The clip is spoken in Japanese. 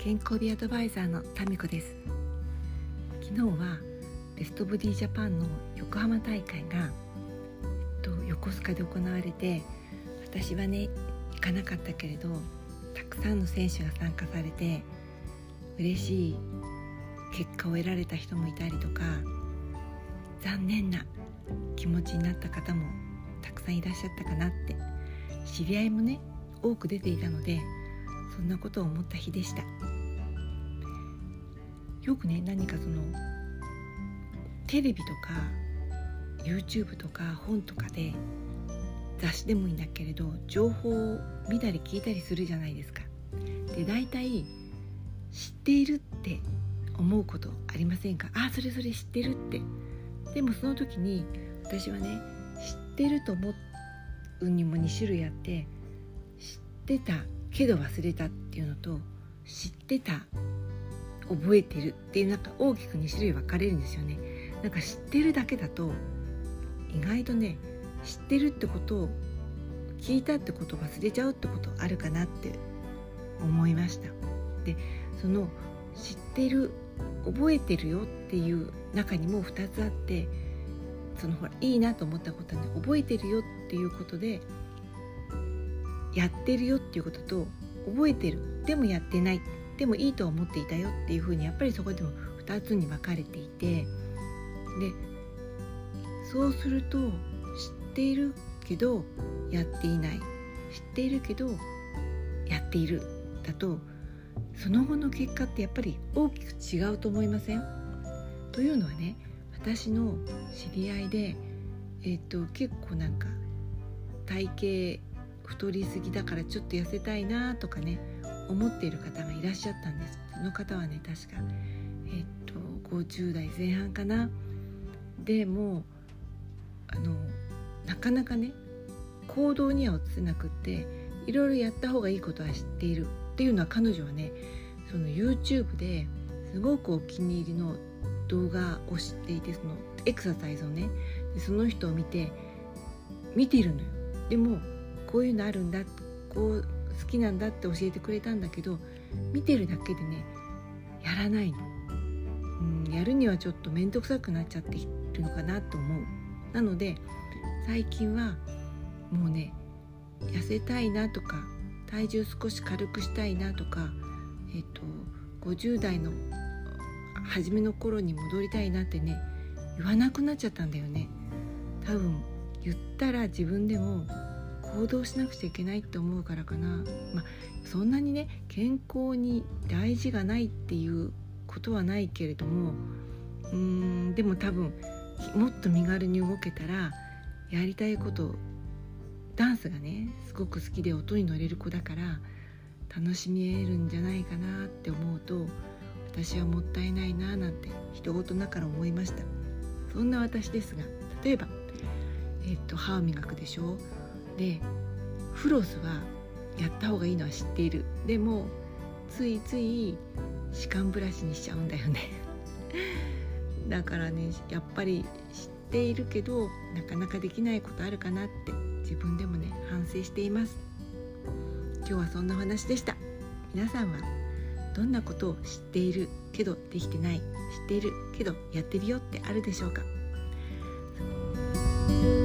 健康美アドバイザーのタミコです。昨日はベストボディジャパンの横浜大会が、横須賀で行われて、私はね行かなかったけれどたくさんの選手が参加されて嬉しい結果を得られた人もいたりとか、残念な気持ちになった方もたくさんいらっしゃったかなって、知り合いもね多く出ていたので、そんなことを思った日でした。よくね、何かテレビとか YouTube とか本とかで、雑誌でもいいんだけれど情報を見たり聞いたりするじゃないですか。で、大体知っているって思うことありませんか？それ知ってるって。でもその時に私はね、知ってると思うにも2種類あって、知ってたけど忘れたっていうのと、知ってた覚えてるっていう、大きく2種類分かれるんですよね。知ってるだけだと意外とね、知ってるってことを聞いたってことを忘れちゃうってことあるかなって思いました。で、その知ってる覚えてるよっていう中にも2つあって、いいなと思ったことはね、覚えてるよっていうことでやってるよっていうことと、覚えてるでもやってないでもいいと思っていたよっていうふうに、やっぱりそこでも2つに分かれていて、でそうすると、知っているけどやっていない、知っているけどやっているだと、その後の結果ってやっぱり大きく違うと思いません？というのはね、私の知り合いで、結構体型太りすぎだからちょっと痩せたいなとかね思っている方がいらっしゃったんです。その方はね、確か50代前半かな。でもなかなかね行動には移せなくって、いろいろやった方がいいことは知っているっていうのは、彼女はね、その YouTube ですごくお気に入りの動画を知っていて、そのエクササイズをね、その人を見ているのよ。でもこういうのあるんだ、こう好きなんだって教えてくれたんだけど、見てるだけでねやらないの。やるにはちょっと面倒くさくなっちゃっているのかなと思う。なので最近はもうね、痩せたいなとか、体重少し軽くしたいなとか、50代の初めの頃に戻りたいなってね言わなくなっちゃったんだよね。多分言ったら自分でも行動しなくちゃいけないって思うからかな。そんなにね健康に大事がないっていうことはないけれども、でも多分もっと身軽に動けたら、やりたいこと、ダンスがねすごく好きで音に乗れる子だから楽しめるんじゃないかなって思うと、私はもったいないななんて人事ながら思いました。そんな私ですが、例えば、歯を磨くでしょ。で、フロスはやった方がいいのは知っている。でもついつい歯間ブラシにしちゃうんだよねだからね、やっぱり知っているけどなかなかできないことあるかなって自分でもね反省しています。今日はそんなお話でした。皆さんはどんなことを知っているけどできてない、知っているけどやってるよってあるでしょうか？